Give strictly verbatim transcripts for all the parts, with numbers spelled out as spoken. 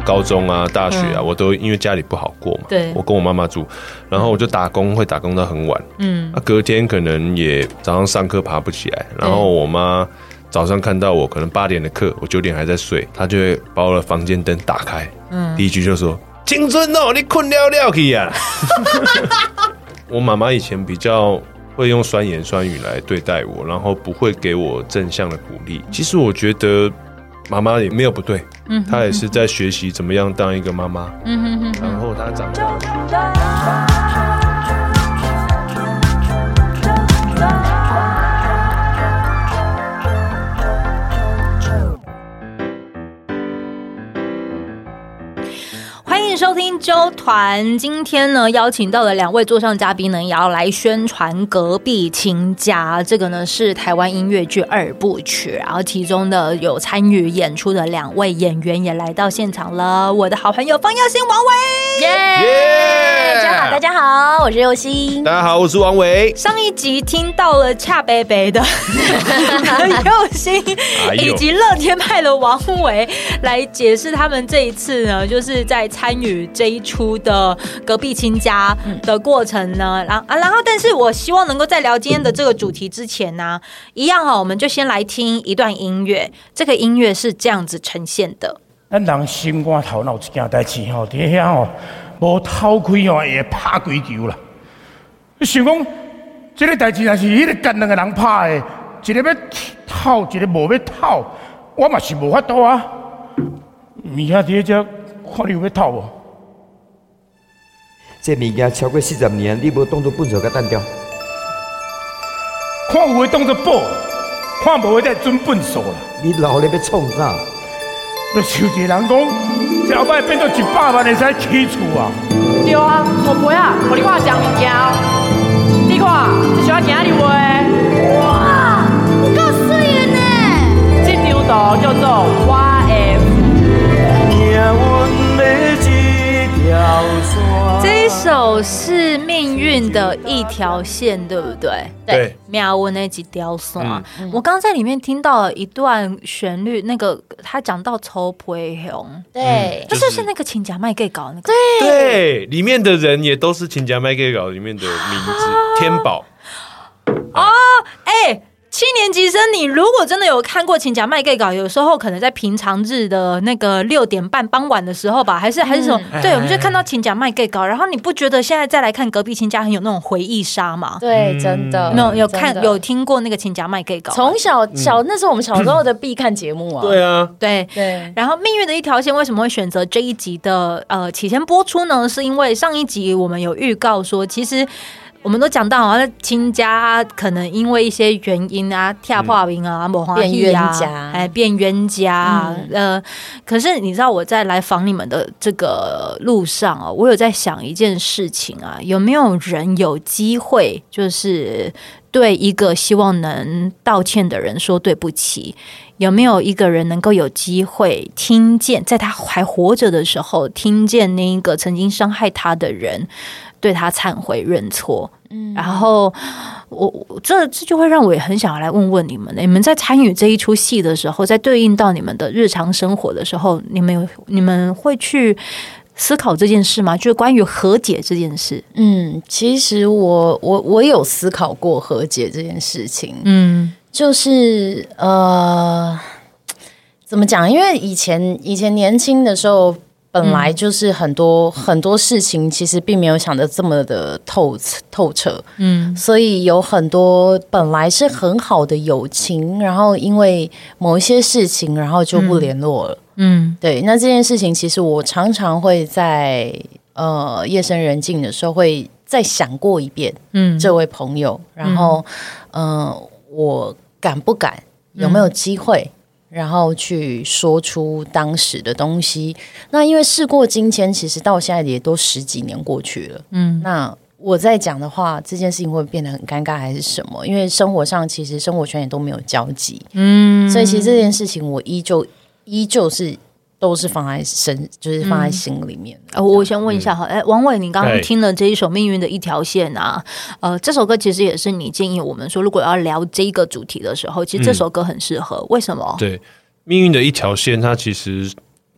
高中啊、大学啊，嗯、我都因为家里不好过嘛， 对， 我跟我妈妈住，然后我就打工，会打工到很晚，嗯，啊，隔天可能也早上上课爬不起来，然后我妈早上看到我可能八点的课，我九点还在睡，她就会把我的房间灯打开，嗯，第一句就说：“青春哦，你困了了去啊！”我妈妈以前比较会用酸言酸语来对待我，然后不会给我正向的鼓励。其实我觉得妈妈也没有不对，嗯，她也是在学习怎么样当一个妈妈，嗯哼哼，然后她长大。 欢迎收听啾团，今天呢邀请到的两位座上嘉宾呢，也要来宣传隔壁亲家。这个呢是台湾音乐剧二部曲，然后其中的有参与演出的两位演员也来到现场了。我的好朋友方耀兴、王维， 耶、yeah! ！大家好，大家好，我是佑兴。 大家好，我是王维。 上一集听到了恰北北的佑兴，以及乐天派的王维来解释他们这一次呢，就是在参与这一出的隔壁亲家的过程呢，然后、啊、然后，但是我希望能够在聊今天的这个主题之前呢、啊，一样哈，我们就先来听一段音乐。这个音乐是这样子呈现的： 咱人心肝头脑一件代志吼，伫遐吼无透开吼，会拍几球啦。你想讲，这个代志若是迄个干两个人拍的，一个要透，一个无要透，我嘛是无法度啊。物件伫遮。看你有要透无？ 这物件超过四十年，你无当作本事甲单调。 看有诶当作宝，看无诶才准本数啦。 你老咧要创啥？ 就像一个人讲，这后摆变做一百万会使起厝啊！ 对啊，我陪啊，互你看食物件哦。你看，这是我今日画。 哇，够水的呢！ 这张图叫做我的。 这一首是命运的一条线，对不对？ 对， 妙文那几条线、嗯。我刚在里面听到了一段旋律，那个他讲到抽培雄， 对， 那、嗯、就是那个亲家卖给搞那个， 对对，里面的人也都是亲家卖给搞里面的名字，天宝。 哦，哎、欸。七年级生，你如果真的有看过《亲家卖给稿》，有时候可能在平常日的那个六点半傍晚的时候吧，还是还是什么？嗯、对，我们就看到《亲家卖给稿》，然后你不觉得现在再来看隔壁亲家很有那种回忆杀吗？ 对，真的， 没有有看有听过那个《亲家卖给稿》？ 从小小、嗯、那是我们小时候的必看节目啊。 对啊， 对对。然后《命运的一条线》为什么会选择这一集的呃起先播出呢？是因为上一集我们有预告说，其实。我们都讲到，好像亲家可能因为一些原因啊，跳破冰啊，某欢喜啊，哎，变冤家啊、嗯，呃，可是你知道我在来访你们的这个路上啊，我有在想一件事情啊，有没有人有机会，就是对一个希望能道歉的人说对不起？有没有一个人能够有机会听见，在他还活着的时候，听见那一个曾经伤害他的人对他忏悔认错？嗯，然后我这这就会让我也很想要来问问你们，你们在参与这一出戏的时候，在对应到你们的日常生活的时候，你们有你们会去思考这件事吗？就是关于和解这件事。 嗯，其实我我我有思考过和解这件事情。嗯。就是呃，怎么讲？因为以前以前年轻的时候，本来就是很多、嗯、很多事情，其实并没有想得这么的透透彻。嗯，所以有很多本来是很好的友情，然后因为某一些事情，然后就不联络了。嗯，对。那这件事情，其实我常常会在呃夜深人静的时候，会再想过一遍。嗯，这位朋友，然后嗯、呃，我。敢不敢？有没有机会？嗯、然后去说出当时的东西？那因为事过境迁，其实到现在也都十几年过去了。嗯，那我在讲的话，这件事情会变得很尴尬，还是什么？因为生活上其实生活圈也都没有交集。嗯，所以其实这件事情我依旧依旧是。都是放在身，就是放在心里面。 嗯、我先问一下哈，哎、嗯，王伟，你刚刚听了这一首《命运的一条线》啊，呃，这首歌其实也是你建议我们说，如果要聊这个主题的时候，其实这首歌很适合。嗯、为什么？ 对，《命运的一条线》它其实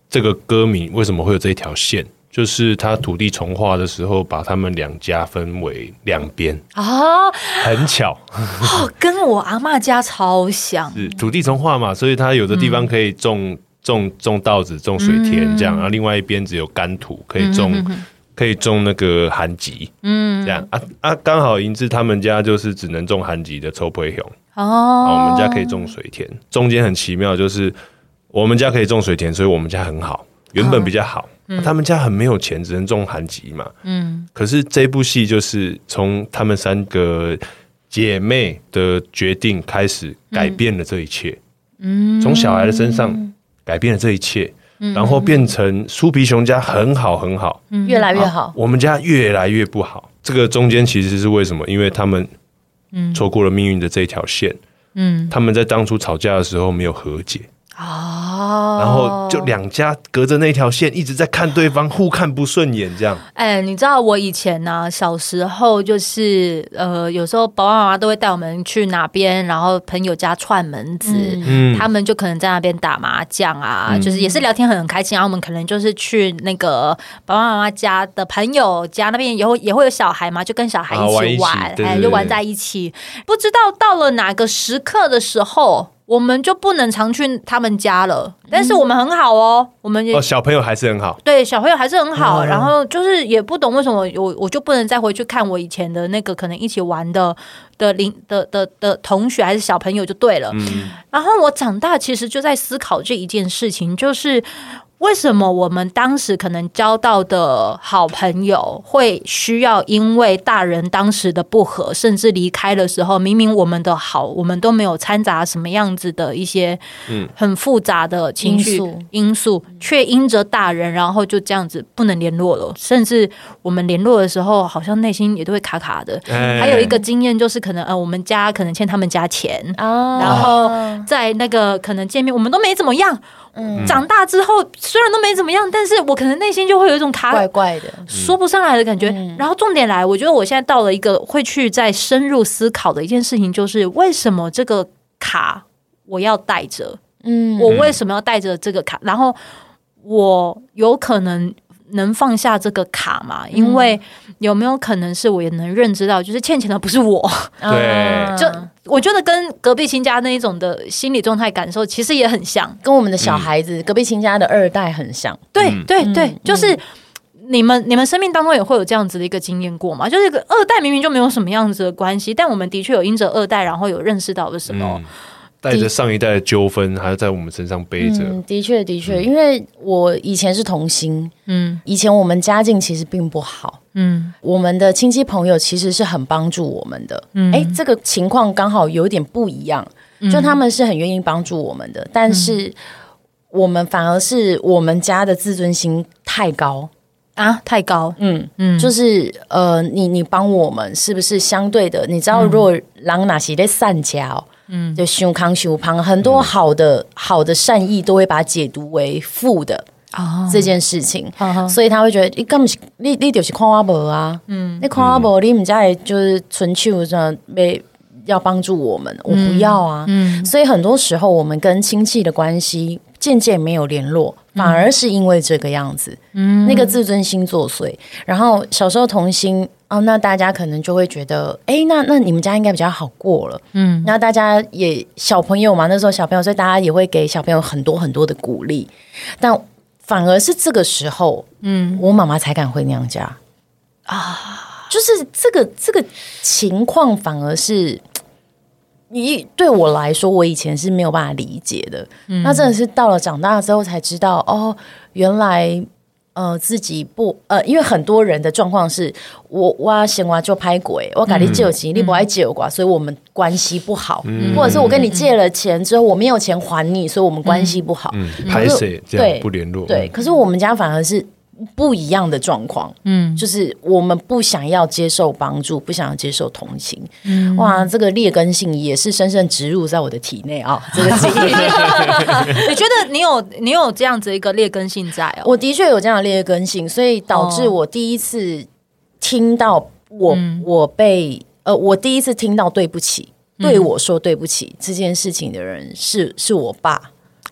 这个歌名为什么会有这一条线？就是他土地重划的时候，把他们两家分为两边啊，很巧哦，跟我阿嬷家超像。 是土地重划嘛，所以他有的地方可以种、嗯、种种稻子、种水田这样，然后另外一边只有干土可以种、嗯、可以种那个寒吉，嗯，这样啊啊，刚好银志他们家就是只能种寒吉的臭皮熊哦，我们家可以种水田，中间很奇妙，就是我们家可以种水田，所以我们家很好，原本比较好。嗯、他们家很没有钱，只能种寒吉嘛。嗯，可是这部戏就是从他们三个姐妹的决定开始，改变了这一切。嗯，从小孩的身上改变了这一切，嗯、然后变成酥皮熊家很好很好， 嗯、越来越好， 我们家越来越不好。这个中间其实是为什么？因为他们错过了命运的这一条线。嗯，他们在当初吵架的时候没有和解。哦，然后就两家隔着那条线一直在看对方，互看不顺眼，这样。 哎、欸，你知道我以前呢、啊，小时候就是呃，有时候爸爸妈妈都会带我们去哪边，然后朋友家串门子，嗯，他们就可能在那边打麻将啊，嗯、就是也是聊天很开心，然后我们可能就是去那个爸爸妈妈家的朋友家那边，也会也会有小孩嘛，就跟小孩一起玩，哎、啊欸，就玩在一起。不知道到了哪个时刻的时候。我们就不能常去他们家了，但是我们很好哦，我们也哦小朋友还是很好， 对小朋友还是很好，嗯、然后就是也不懂为什么我我就不能再回去看我以前的那个可能一起玩的的邻的的的同学还是小朋友就对了，嗯、然后我长大其实就在思考这一件事情，就是为什么我们当时可能交到的好朋友会需要因为大人当时的不和甚至离开的时候，明明我们的好我们都没有掺杂什么样子的一些很复杂的情绪因素，却因着大人然后就这样子不能联络了，甚至我们联络的时候好像内心也都会卡卡的。还有一个经验就是可能呃我们家可能欠他们家钱，然后在那个可能见面我们都没怎么样，长大之后虽然都没怎么样，但是我可能内心就会有一种卡怪怪的说不上来的感觉、嗯、然后重点来，我觉得我现在到了一个会去再深入思考的一件事情，就是为什么这个卡我要带着，嗯，我为什么要带着这个卡，然后我有可能能放下这个卡嘛？因为有没有可能是我也能认知到，就是欠钱的不是我， 对， 就我觉得跟隔壁亲家那一种的心理状态感受其实也很像， 跟我们的小孩子、嗯、隔壁亲家的二代很像。 对对对、嗯、就是你们你们生命当中也会有这样子的一个经验过嘛？就是二代明明就没有什么样子的关系，但我们的确有因着二代然后有认识到的什么、嗯带着上一代的纠纷还要在我们身上背着、 嗯、的确的确、嗯、因为我以前是童星，嗯，以前我们家境其实并不好，嗯，我们的亲戚朋友其实是很帮助我们的，嗯，哎，这个情况刚好有点不一样，就他们是很愿意帮助我们的，但是我们反而是我们家的自尊心太高啊，太高， 嗯嗯，就是呃，你你帮我们是不是相对的？你知道，如果人哪是在善家哦。嗯，就胸康胸胖，很多好的、嗯、好的善意都会把它解读为负的、哦、这件事情、哦，所以他会觉得你根本是你你就是看我无啊，嗯，你看我无，你们家也就是纯手这样被要帮助我们，我不要啊，嗯，所以很多时候我们跟亲戚的关系渐渐没有联络，反而是因为这个样子，嗯，那个自尊心作祟，然后小时候童心。哦，那大家可能就会觉得，哎，那那你们家应该比较好过了，嗯，那大家也小朋友嘛，那时候小朋友，所以大家也会给小朋友很多很多的鼓励，但反而是这个时候，嗯，我妈妈才敢回娘家啊，就是这个这个情况，反而是你对我来说，我以前是没有办法理解的，嗯，那真的是到了长大之后才知道，哦，原来。呃，自己不呃，因为很多人的状况是我我嫌我就拍鬼，我跟你借钱，嗯、你不爱借我，所以我们关系不好，嗯、或者是我跟你借了钱之后，我没有钱还你，所以我们关系不好， 嗯，拍谁这样不联络？ 对，可是我们家反而是不一样的状况，嗯，就是我们不想要接受帮助，不想要接受同情，嗯，哇，这个劣根性也是深深植入在我的体内啊，这个经验。 你觉得你有你有这样子一个劣根性在哦？ 我的确有这样的劣根性，所以导致我第一次听到我、嗯、我被呃，我第一次听到对不起，对我说对不起这件事情的人是是我爸。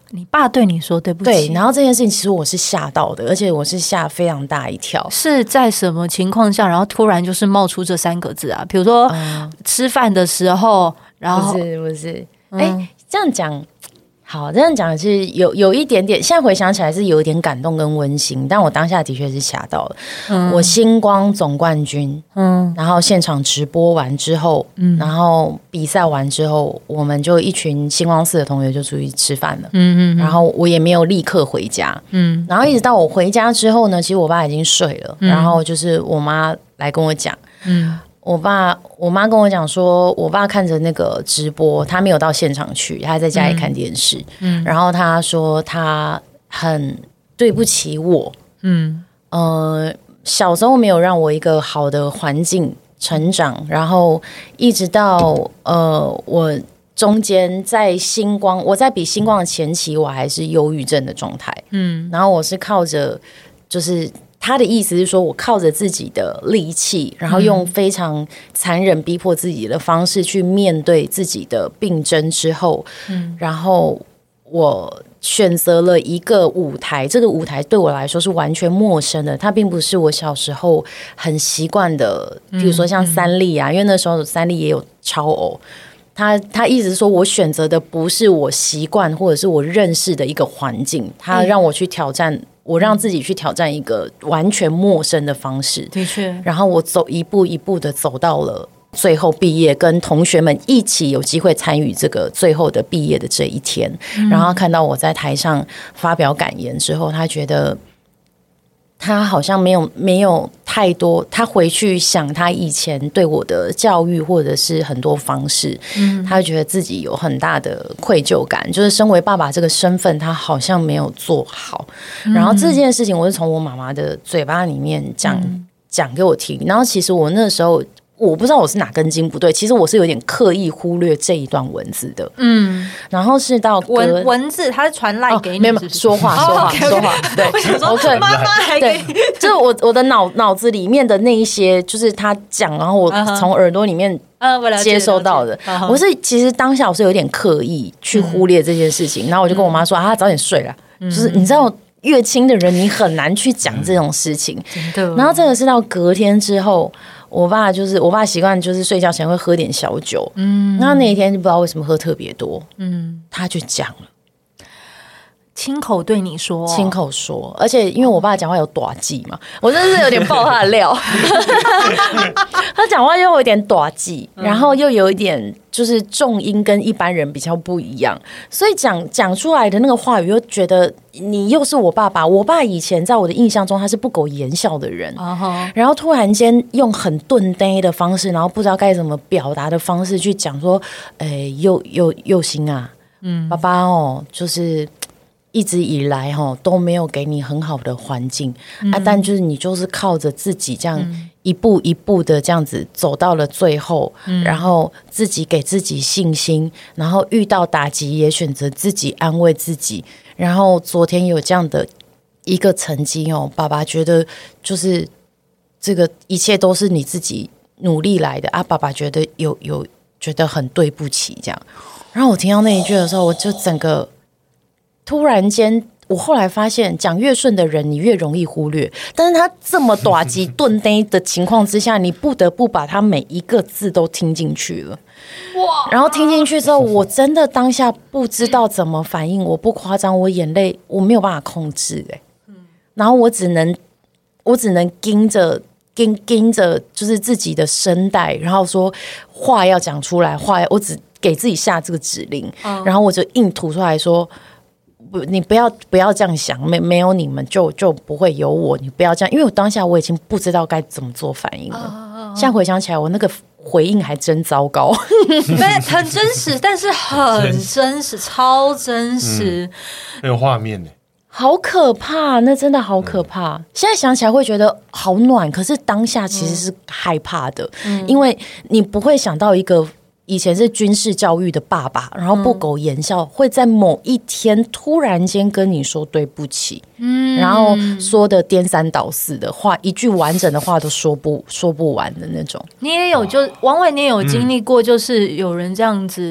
你爸对你说对不起， 对，然后这件事情其实我是吓到的，而且我是吓非常大一跳。 是在什么情况下，然后突然就是冒出这三个字啊？比如说、嗯、吃饭的时候，然后不是不是，哎、嗯，这样讲。好，这样讲是有有一点点，现在回想起来是有一点感动跟温馨，但我当下的确是吓到了。嗯，我星光总冠军，嗯，然后现场直播完之后，嗯，然后比赛完之后，我们就一群星光四的同学就出去吃饭了，嗯嗯，然后我也没有立刻回家，嗯，然后一直到我回家之后呢，其实我爸已经睡了，嗯、然后就是我妈来跟我讲，嗯。我爸我妈跟我讲说，我爸看着那个直播，他没有到现场去，他在家里看电视。嗯，然后他说他很对不起我。嗯，呃，小时候没有让我一个好的环境成长，然后一直到呃我中间在星光，我在比星光的前期，我还是忧郁症的状态。嗯，然后我是靠着就是。他的意思是说，我靠着自己的力气，然后用非常残忍逼迫自己的方式去面对自己的病症之后，嗯，然后我选择了一个舞台，这个舞台对我来说是完全陌生的，它并不是我小时候很习惯的，比如说像三立啊，因为那时候三立也有超偶。他他意思是说，我选择的不是我习惯或者是我认识的一个环境，他让我去挑战。我让自己去挑战一个完全陌生的方式， 的确， 然后我走一步一步的走到了最后毕业，跟同学们一起有机会参与这个最后的毕业的这一天。嗯、然后看到我在台上发表感言之后，他觉得他好像没有没有太多，他回去想他以前对我的教育或者是很多方式，嗯，他觉得自己有很大的愧疚感，就是身为爸爸这个身份他好像没有做好。嗯、然后这件事情我是从我妈妈的嘴巴里面讲讲、嗯、给我听，然后其实我那时候我不知道我是哪根筋不对，其实我是有点刻意忽略这一段文字的，嗯，然后是到文文字，他是传赖给你， 没有说话说话说话，对， 我想说妈妈还给你， 就是我我的脑脑子里面的那一些，就是他讲，然后我从耳朵里面接收到的，我是其实当下我是有点刻意去忽略这件事情，然后我就跟我妈说啊，早点睡了，就是你知道。越亲的人，你很难去讲这种事情。真的。然后这个是到隔天之后，我爸就是我爸习惯就是睡觉前会喝点小酒，嗯，然后那一天就不知道为什么喝特别多，嗯，他就讲了， 亲口对你说， 亲口说，而且因为我爸讲话有短记嘛，我真的是有点爆他的料。他讲话又有一点短记，然后又有一点就是重音跟一般人比较不一样，所以讲讲出来的那个话语又觉得你又是我爸爸。我爸以前在我的印象中他是不苟言笑的人， uh-huh. 然后突然间用很钝呆的方式，然后不知道该怎么表达的方式去讲说，哎、欸，佑佑佑心啊，嗯，爸爸哦，就是一直以来哈都没有给你很好的环境、嗯、啊，但就是你就是靠着自己这样一步一步的这样子走到了最后、嗯、然后自己给自己信心，然后遇到打击也选择自己安慰自己，然后昨天有这样的一个成绩哦，爸爸觉得就是这个一切都是你自己努力来的啊，爸爸觉得有有觉得很对不起这样。然后我听到那一句的时候，我就整个突然间，我后来发现讲越顺的人你越容易忽略，但是他这么短击钝呆的情况之下，你不得不把他每一个字都听进去了。哇！然后听进去之后，我真的当下不知道怎么反应，我不夸张，我眼泪我没有办法控制哎、欸，然后我只能我只能盯着盯盯着，就是自己的声带，然后说话要讲出来，话我只给自己下这个指令，嗯、然后我就硬吐出来说。不，你不要不要这样想，没没有你们就就不会有我，你不要这样，因为我当下我已经不知道该怎么做反应了。Oh, oh, oh. 现在回想起来，我那个回应还真糟糕， 很真实，但是很真实，超真实， 很有画面呢， 好可怕，那真的好可怕。嗯、现在想起来会觉得好暖，可是当下其实是害怕的，嗯、因为你不会想到一个。以前是军事教育的爸爸，然后不苟言笑，嗯、会在某一天突然间跟你说对不起，嗯，然后说的颠三倒四的话，一句完整的话都说不说不完的那种。 你也有就王伟，你也有经历过，就是有人这样子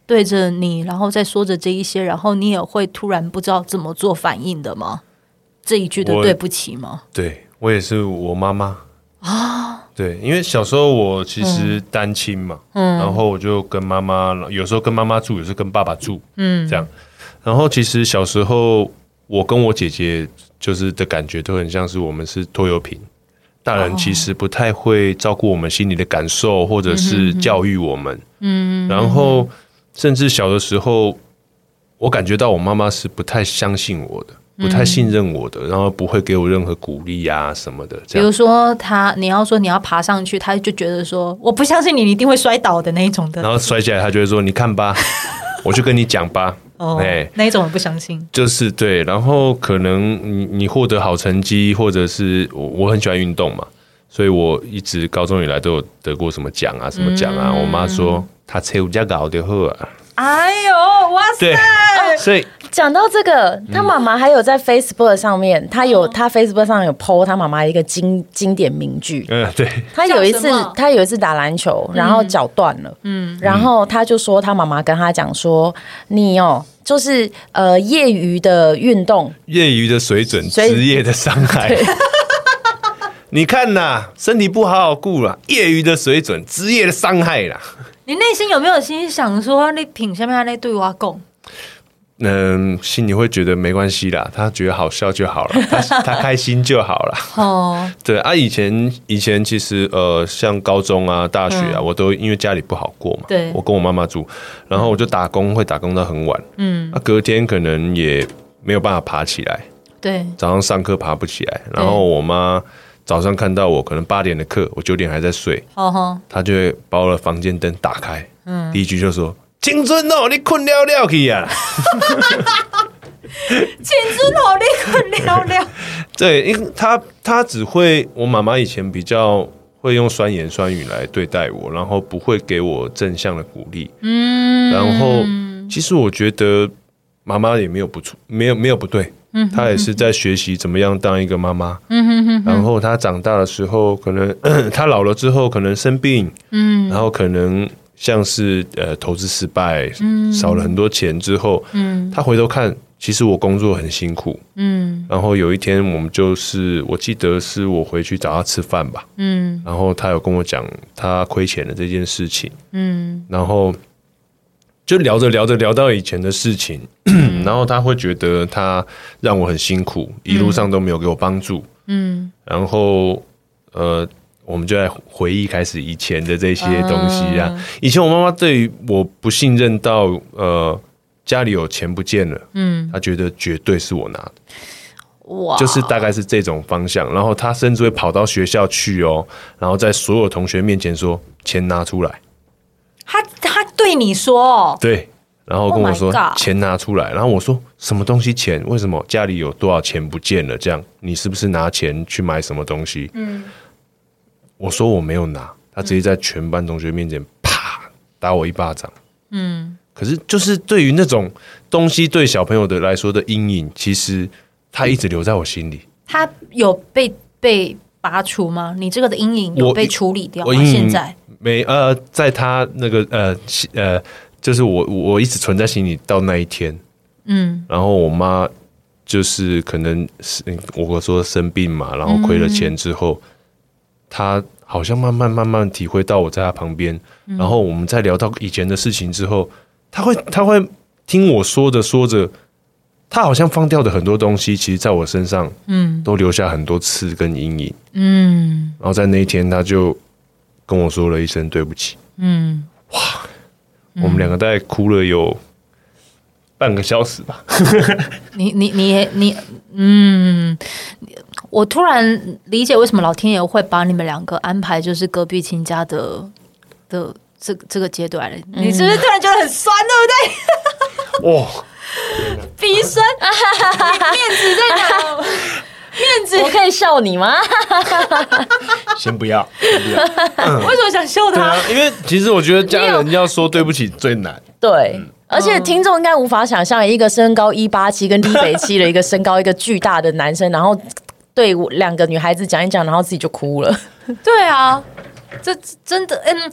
对着你，然后再说着这一些，然后你也会突然不知道怎么做反应的吗？这一句的对不起吗？ 对，我也是我妈妈啊。对，因为小时候我其实单亲嘛，嗯，然后我就跟妈妈，有时候跟妈妈住，有时候跟爸爸住，嗯，这样。然后其实小时候我跟我姐姐就是的感觉都很像是我们是拖油瓶，大人其实不太会照顾我们心里的感受，或者是教育我们，嗯，然后甚至小的时候，我感觉到我妈妈是不太相信我的。不太信任我的，然后不会给我任何鼓励啊什么的。 比如说他，你要说你要爬上去，他就觉得说我不相信你，你一定会摔倒的那一种的。 然后摔起来，他就会说：“你看吧，我就跟你讲吧。” 哦，欸、那一种不相信， 就是对。然后可能你你获得好成绩，或者是我我很喜欢运动嘛，所以我一直高中以来都有得过什么奖啊，什么奖啊。嗯、我妈说他车有加搞就好啊。 哎呦，哇塞！ 对，所以讲到这个，他妈妈还有在 Facebook 上面，他有他 Facebook 上有 po 他妈妈一个经经典名句。 嗯，对。 他有一次，他有一次打篮球，然后脚断了，嗯，然后他就说他妈妈跟他讲说，你哦，就是呃业余的运动， 业余的水准，职业的伤害。你看呐，身体不好好顾啦，业余的水准，职业的伤害啦。 你内心有没有心想说，你凭什么在对我讲？ 嗯，心里会觉得没关系啦，他觉得好笑就好了，他他开心就好了。哦，对啊，以前以前其实呃，像高中啊、大学啊，嗯、我都因为家里不好过嘛， 对， 我跟我妈妈住，然后我就打工，会打工到很晚，嗯，啊，隔天可能也没有办法爬起来， 对， 早上上课爬不起来，然后我妈早上看到我可能八点的课，我九点还在睡，哦、她就会把我的房间灯打开，嗯，第一句就说。青春哦，你困了了去啊！ 青春哦，你困了了。 对，因为他他只会，我妈妈以前比较会用酸言酸语来对待我，然后不会给我正向的鼓励。嗯，然后其实我觉得妈妈也没有不错，没有没有不对。嗯，她也是在学习怎么样当一个妈妈。嗯哼哼。然后她长大的时候，可能她老了之后可能生病。嗯，然后可能。像是呃投资失败，嗯、少了很多钱之后，嗯、他回头看，其实我工作很辛苦，嗯、然后有一天我们就是我记得是我回去找他吃饭吧，嗯、然后他有跟我讲他亏钱的这件事情，嗯、然后就聊着聊着聊到以前的事情，嗯、然后他会觉得他让我很辛苦，一路上都没有给我帮助，嗯、然后呃。我们就在回忆开始以前的这些东西啊。嗯、以前我妈妈对于我不信任到呃家里有钱不见了，嗯，她觉得绝对是我拿的，哇，就是大概是这种方向。然后她甚至会跑到学校去哦，然后在所有同学面前说钱拿出来。 她她对你说哦， 对，然后跟我说钱拿出来。然后我说什么东西钱？为什么家里有多少钱不见了？这样你是不是拿钱去买什么东西？嗯。我说我没有拿，他直接在全班同学面前啪打我一巴掌。嗯，可是就是对于那种东西对小朋友的来说的阴影，其实他一直留在我心里。 他有被被拔除吗？你这个的阴影有被处理掉吗？现在没呃，在他那个呃呃，就是我我一直存在心里到那一天。嗯，然后我妈就是可能我说生病嘛，然后亏了钱之后。嗯他好像慢慢慢慢体会到我在他旁边，嗯、然后我们在聊到以前的事情之后，他会他会听我说着说着，他好像放掉的很多东西，其实在我身上，嗯，都留下很多刺跟阴影，嗯，然后在那一天，他就跟我说了一声对不起，嗯，哇，我们两个大概哭了有半个小时吧。 你你你你，嗯。我突然理解为什么老天爷会把你们两个安排就是隔壁亲家的的这这个阶段了。嗯、你是不是突然觉得很酸，对不对？哇，鼻酸，面子在哪？面子， 我可以笑你吗？ 先不要，先不要。 嗯、为什么想笑他？ 啊、因为其实我觉得家人要说对不起最难。 对。嗯而且听众应该无法想象，一个身高一八七跟李北七的一个身高一个巨大的男生，然后对两个女孩子讲一讲，然后自己就哭了。 对啊，这真的，嗯，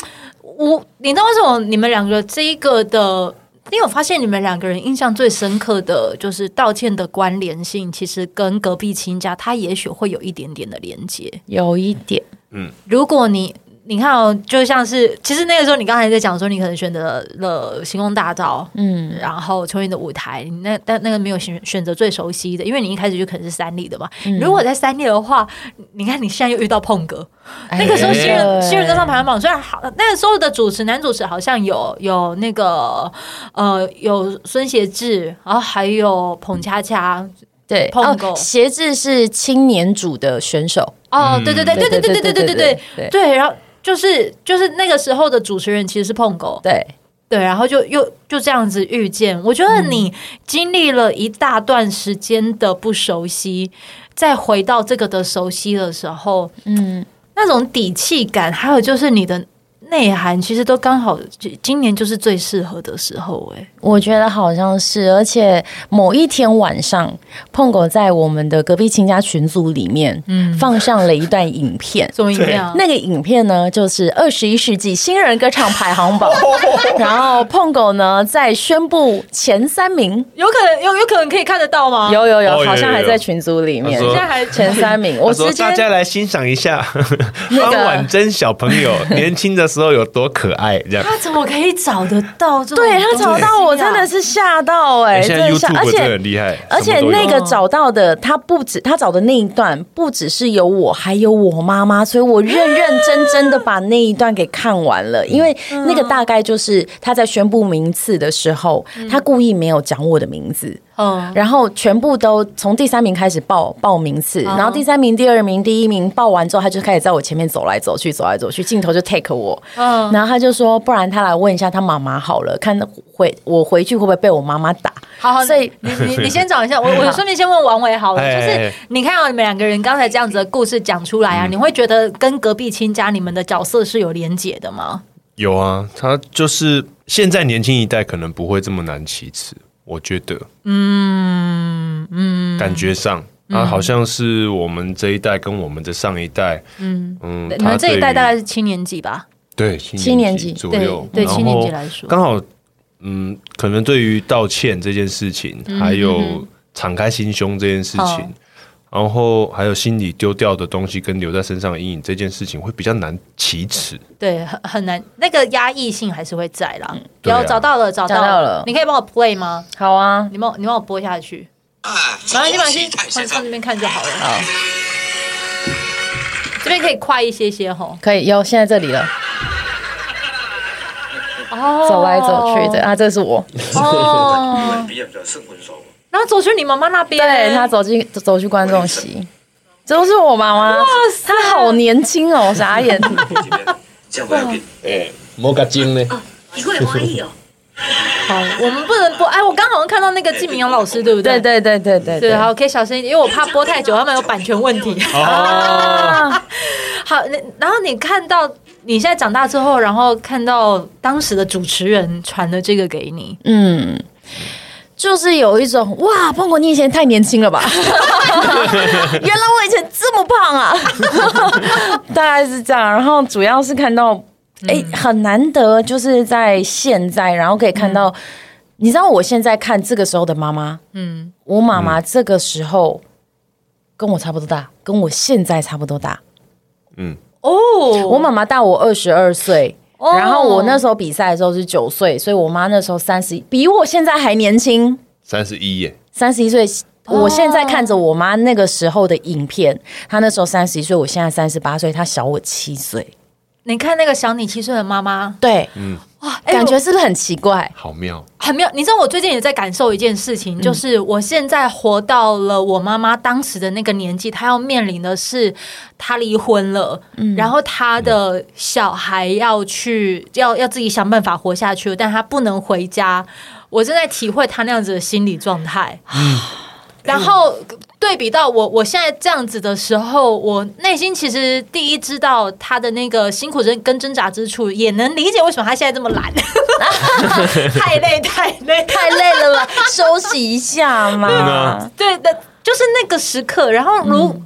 我你知道为什么你们两个这一个的？你有发现你们两个人印象最深刻的就是道歉的关联性，其实跟隔壁亲家他也许会有一点点的连接， 有一点。 嗯，如果你你看哦，就像是其实那个时候你刚才在讲说，你可能选择了星光大道，嗯，然后秋韵的舞台，你那但那个没有选选择最熟悉的，因为你一开始就可能是三立的嘛。嗯、如果在三立的话，你看你现在又遇到碰哥，哎、那个时候新人新人歌唱排行榜虽然好，那个时候的主持男主持好像有有那个呃有孙协志，然后还有彭恰恰。 对， 碰狗， 协志是青年组的选手。 哦，对对对对对对对对对对对对，然后就是就是那个时候的主持人其实是碰狗， 对对，然后就又就这样子遇见。我觉得你经历了一大段时间的不熟悉，再回到这个的熟悉的时候，嗯，那种底气感，还有就是你的内涵，其实都刚好，今年就是最适合的时候、欸。哎， 我觉得好像是，而且某一天晚上，碰狗在我们的隔壁亲家群组里面，嗯，放上了一段影片。 什么影片啊？ 那个影片呢，就是二十一世纪新人歌唱排行榜。然后碰狗呢，在宣布前三名， 有可能有有可能可以看得到吗？ 有有有，好像还在群组里面。 现在还前三名，我直接大家来欣赏一下方婉珍小朋友年轻的时候有多可爱，这样。 他怎么可以找得到这种？ 对他找到我真的是吓到哎、欸， 现在 YouTube 真的很厉害， 而且那个找到的他不止他找的那一段不只是有我，还有我妈妈，所以我认认真真的把那一段给看完了。因为那个大概就是他在宣布名次的时候，他故意没有讲我的名字。嗯，然后全部都从第三名开始报报名次，然后第三名、第二名、第一名报完之后，他就开始在我前面走来走去，走来走去，镜头就 take 我，嗯，然后他就说，不然他来问一下他妈妈好了，看回我回去会不会被我妈妈打。 好好， 所以你你你先找一下，我我顺便先问王伟好了，就是你看到你们两个人刚才这样子的故事讲出来啊，嗯、你会觉得跟隔壁亲家你们的角色是有连结的吗？ 有啊，他就是现在年轻一代可能不会这么难启齿。我觉得，嗯嗯，感觉上，啊，好像是我们这一代跟我们的上一代，嗯嗯， 你们这一代大概是七年级吧？ 对， 七年级左右， 对七年级来说， 刚好，嗯，可能对于道歉这件事情，还有敞开心胸这件事情。然后还有心里丢掉的东西跟留在身上的阴影这件事情会比较难启齿，对， 很很难，那个压抑性还是会在啦。嗯、有、啊、找到了，找到 了, 到了，你可以帮我 play 吗？ 好啊， 你帮你帮我播下去。啊，然后你把先放放这边看就好了。好，这边可以快一些些吼。 可以，有，现在这里了。哦，走来走去的啊，这是我。哦。 然后走去你妈妈那边， 对，他走进走去观众席，这都是我妈妈。哇塞，她好年轻哦，傻眼。 这样不要紧，哎，莫甲精呢？ 你会欢喜哦。好，我们不能播。哎，我刚好像看到那个季明阳老师，对不对？ 对对对对对。对，好，可以小声一点，因为我怕播太久，他们有版权问题。啊。好，然后你看到你现在长大之后，然后看到当时的主持人传了这个给你，嗯。 就是有一种哇，碰狗你以前太年轻了吧？原来我以前这么胖啊！大概是这样。然后主要是看到，哎、欸，很难得，就是在现在，然后可以看到，嗯、你知道我现在看这个时候的妈妈，嗯，我妈妈这个时候跟我差不多大，跟我现在差不多大，嗯，哦，我妈妈大我二十二岁。然后我那时候比赛的时候是九岁，所以我妈那时候三十，比我现在还年轻。 三十一耶， 三十一岁。我现在看着我妈那个时候的影片，她那时候三十一岁，我现在三十八岁，她小我七岁。 你看那个小你七岁的妈妈， 对，嗯，哇，感觉是不是很奇怪？ 好妙， 很妙。你知道我最近也在感受一件事情，就是我现在活到了我妈妈当时的那个年纪，她要面临的是她离婚了，嗯、然后她的小孩要去要要自己想办法活下去，但她不能回家。我正在体会她那样子的心理状态。嗯然后对比到我我现在这样子的时候，我内心其实第一知道他的那个辛苦跟挣扎之处，也能理解为什么他现在这么懒，太累太累太累了啦，休息一下嘛。 对的。就是那个时刻，然后如、嗯、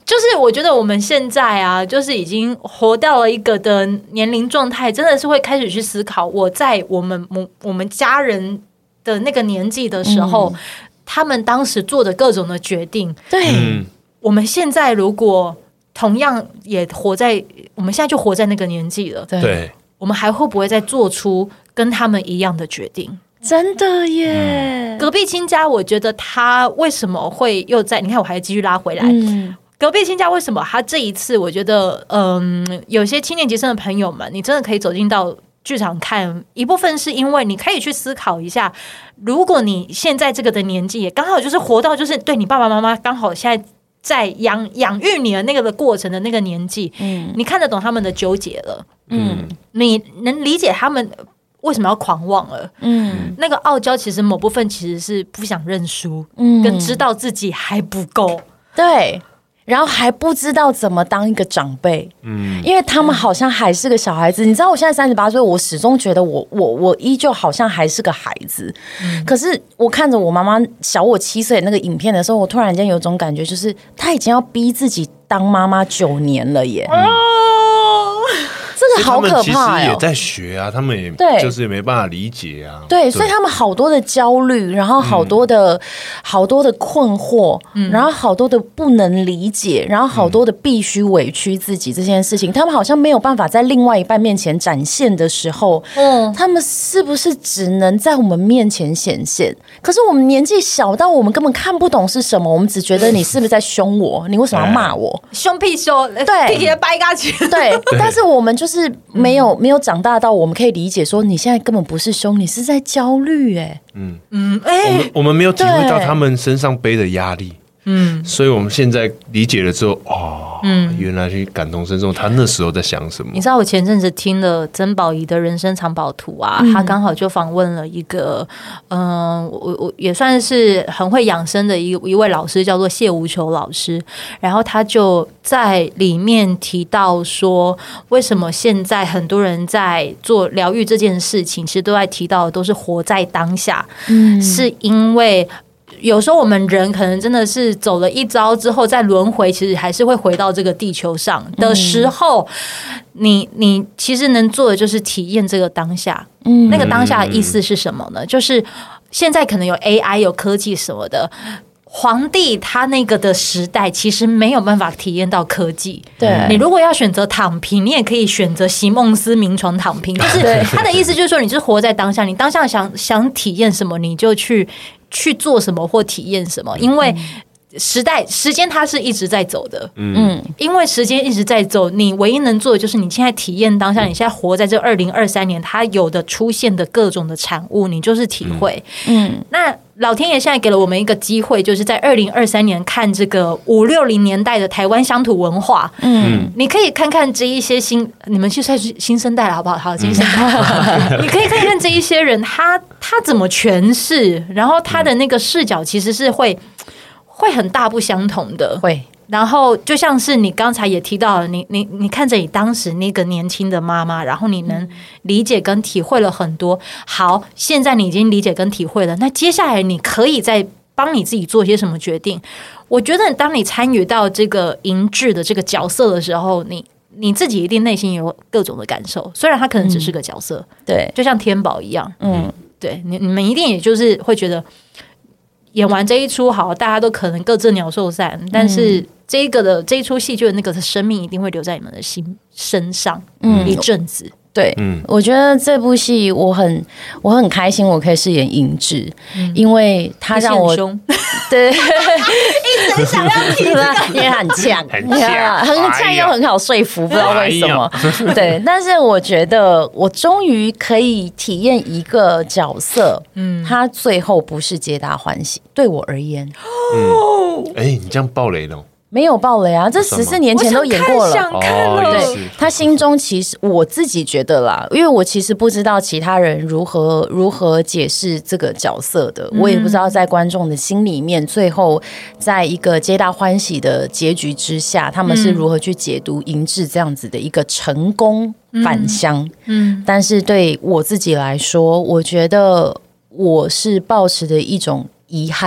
就是我觉得我们现在啊，就是已经活到了一个的年龄状态，真的是会开始去思考，我在我们我们家人的那个年纪的时候，嗯、他们当时做的各种的决定， 对， 嗯、 我们现在如果同样也活在，我们现在就活在那个年纪了， 对， 我们还会不会再做出跟他们一样的决定？ 真的耶！ 嗯、隔壁亲家，我觉得他为什么会又在？你看，我还继续拉回来。嗯、隔壁亲家为什么他这一次，我觉得，嗯，有些七年级生的朋友们，你真的可以走进到剧场看。一部分是因为你可以去思考一下，如果你现在这个的年纪，也刚好就是活到，就是对你爸爸妈妈刚好现在在养养育你的那个的过程的那个年纪，嗯，你看得懂他们的纠结了，嗯，你能理解他们为什么要狂妄了？嗯，那个傲娇其实某部分其实是不想认输，嗯，跟知道自己还不够， 对，然后还不知道怎么当一个长辈，嗯，因为他们好像还是个小孩子。你知道，我现在三十八岁，我始终觉得我我我依旧好像还是个孩子。嗯、可是我看着我妈妈小我七岁那个影片的时候，我突然间有种感觉，就是她已经要逼自己当妈妈九年了耶。嗯这个好可怕、哦、 其实也在学啊，他们也就是也没办法理解啊。 对，对所以他们好多的焦虑，然后好多的、嗯、好多的困惑、嗯，然后好多的不能理解，然后好多的必须委屈自己这件事情，嗯、他们好像没有办法在另外一半面前展现的时候，嗯，他们是不是只能在我们面前显现？可是我们年纪小到我们根本看不懂是什么，我们只觉得你是不是在凶我？你为什么要骂我？ 凶屁凶， 对， 屁掰嘎去， 对，但是我们就是。是没有没有长大到我们可以理解说你现在根本不是凶，你是在焦虑哎， 嗯嗯，哎、欸，我们我们没有体会到他们身上背的压力，嗯，所以我们现在理解了之后，哦，嗯，原来去感同身受，他那时候在想什么？ 你知道我前阵子听了曾宝仪的人生藏宝图啊，嗯、他刚好就访问了一个，嗯、呃，我我也算是很会养生的一一位老师，叫做谢无求老师，然后他就在里面提到说，为什么现在很多人在做疗愈这件事情，其实都在提到的都是活在当下，嗯，是因为。有时候我们人可能真的是走了一遭之后再轮回，其实还是会回到这个地球上的时候，嗯、你你其实能做的就是体验这个当下。嗯，那个当下的意思是什么呢？就是现在可能有 A I 有科技什么的。皇帝他那个的时代其实没有办法体验到科技。对，你如果要选择躺平，你也可以选择席梦思名床躺平。就是他的意思就是说，你就是活在当下，你当下想想体验什么，你就去去做什么或体验什么，因为。时代时间它是一直在走的，嗯，因为时间一直在走，你唯一能做的就是你现在体验当下，你现在活在这二零二三年，它有的出现的各种的产物，你就是体会，嗯，那老天爷现在给了我们一个机会，就是在二零二三年看这个五六零年代的台湾乡土文化，嗯，你可以看看这一些新，你们去算是新生代了，好不好？好，新生代，你可以看看这一些人，他他怎么诠释，然后他的那个视角其实是会。会很大不相同的， 会。 然后就像是你刚才也提到了，你你你看着你当时那个年轻的妈妈，然后你能理解跟体会了很多。好，现在你已经理解跟体会了，那接下来你可以再帮你自己做些什么决定？我觉得当你参与到这个银质的这个角色的时候，你你自己一定内心有各种的感受，虽然他可能只是个角色，嗯、对，就像天宝一样，嗯，对你你们一定也就是会觉得。演完这一出好，大家都可能各自鸟兽散，但是这个的这一出戏剧的那个生命一定会留在你们的心身上，嗯，一阵子。 对，嗯，我觉得这部戏我很我很开心，我可以饰演银智，嗯、因为他让我对，一直想要提这个， 因为很呛，很呛，很呛又很好说服，不知道为什么。对，但是我觉得我终于可以体验一个角色，嗯，他最后不是皆大欢喜，对我而言， 哦，哎、欸，你这样爆雷了。 没有爆雷啊！这十四年前都演过了。 想看了。 对，他心中其实我自己觉得啦，因为我其实不知道其他人如何如何解释这个角色的，我也不知道在观众的心里面，最后在一个皆大欢喜的结局之下，他们是如何去解读银智这样子的一个成功返乡。嗯，但是对我自己来说，我觉得我是抱持的一种遗憾。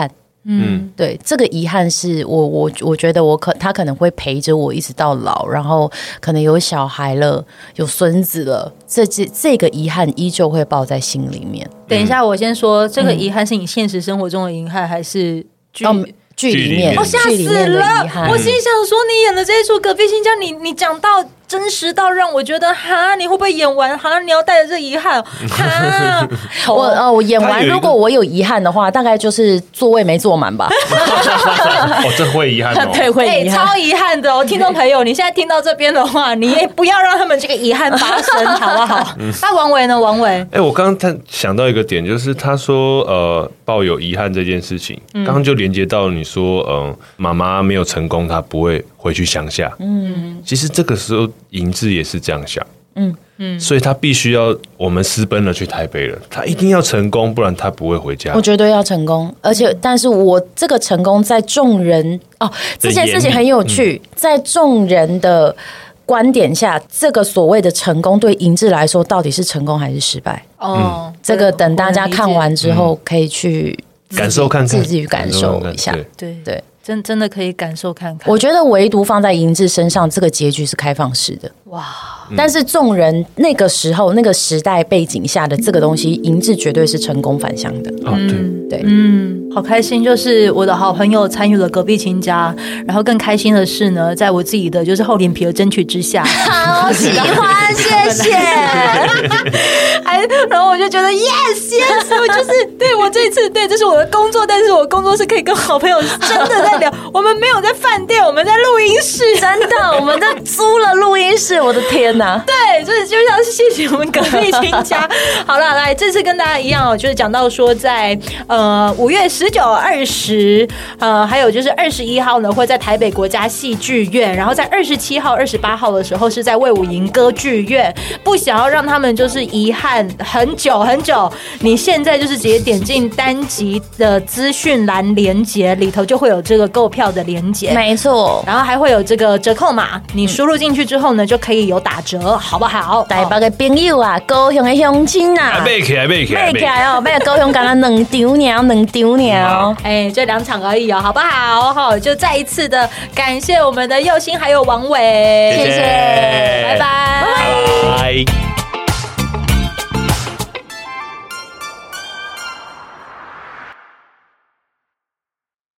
嗯，对，这个遗憾是我我我觉得我可他可能会陪着我一直到老，然后可能有小孩了，有孙子了，这这这个遗憾依旧会抱在心里面。 等一下，我先说，这个遗憾是你现实生活中的遗憾，还是剧？ 嗯剧里面， 我吓死了！我心想说，你演的这一出《隔壁亲家》，你你讲到真实到让我觉得，哈，你会不会演完？哈，你要带着这遗憾，哈， 我呃，我演完，如果我有遗憾的话，大概就是座位没坐满吧。 哦，这会遗憾哦， 对，会遗憾， 超遗憾的哦，听众朋友，你现在听到这边的话，你也不要让他们这个遗憾发生，好不好？那王伟呢？王伟， 哎，我刚刚他想到一个点，就是他说，呃，抱有遗憾这件事情，刚刚就连接到你说，嗯，妈妈没有成功，她不会回去乡下。嗯，其实这个时候银智也是这样想。嗯嗯，所以他必须要我们私奔了去台北了，他一定要成功，不然他不会回家。 我觉得要成功，而且但是我这个成功在众人哦，这件事情很有趣，嗯、在众人的观点下，这个所谓的成功对银智来说到底是成功还是失败？哦，嗯、这个等大家看完之后可以去感受看看， 自己感受一下。 对对。 对真真的可以感受看看， 我觉得唯独放在银智身上，这个结局是开放式的。哇！但是众人那个时候、那个时代背景下的这个东西，银智绝对是成功返乡的。 哦，对对， 嗯，好开心，就是我的好朋友参与了隔壁亲家，然后更开心的是呢，在我自己的就是厚脸皮的争取之下， 好喜欢，谢谢。 哎，然后我就觉得 yes yes， 我就是对我这一次对，这是我的工作，但是我工作是可以跟好朋友真的在聊，我们没有在饭店，我们在录音室， 真的，我们在租了录音室，我的天哪！ 对，就是就像是谢谢我们隔壁亲家。好了，来这次跟大家一样哦，就是讲到说在呃五月十九、二十，呃还有就是二十一号呢会在台北国家戏剧院，然后在二十七号、二十八号的时候是在卫武营歌剧院。不想要让他们就是遗憾很久很久，你现在就是直接点进单集的资讯栏连结里头就会有这个购票的连结， 没错， 然后还会有这个折扣码，你输入进去之后呢就可以有打折，好不好？ 台北的朋友啊，高雄的乡亲啊， 买起来买起来买起来哦，买高雄干了两场呢，两场呢， 哎，这两场而已哦，好不好？好，就再一次的感谢我们的佑星还有王伟， 谢谢， 拜拜， 拜拜。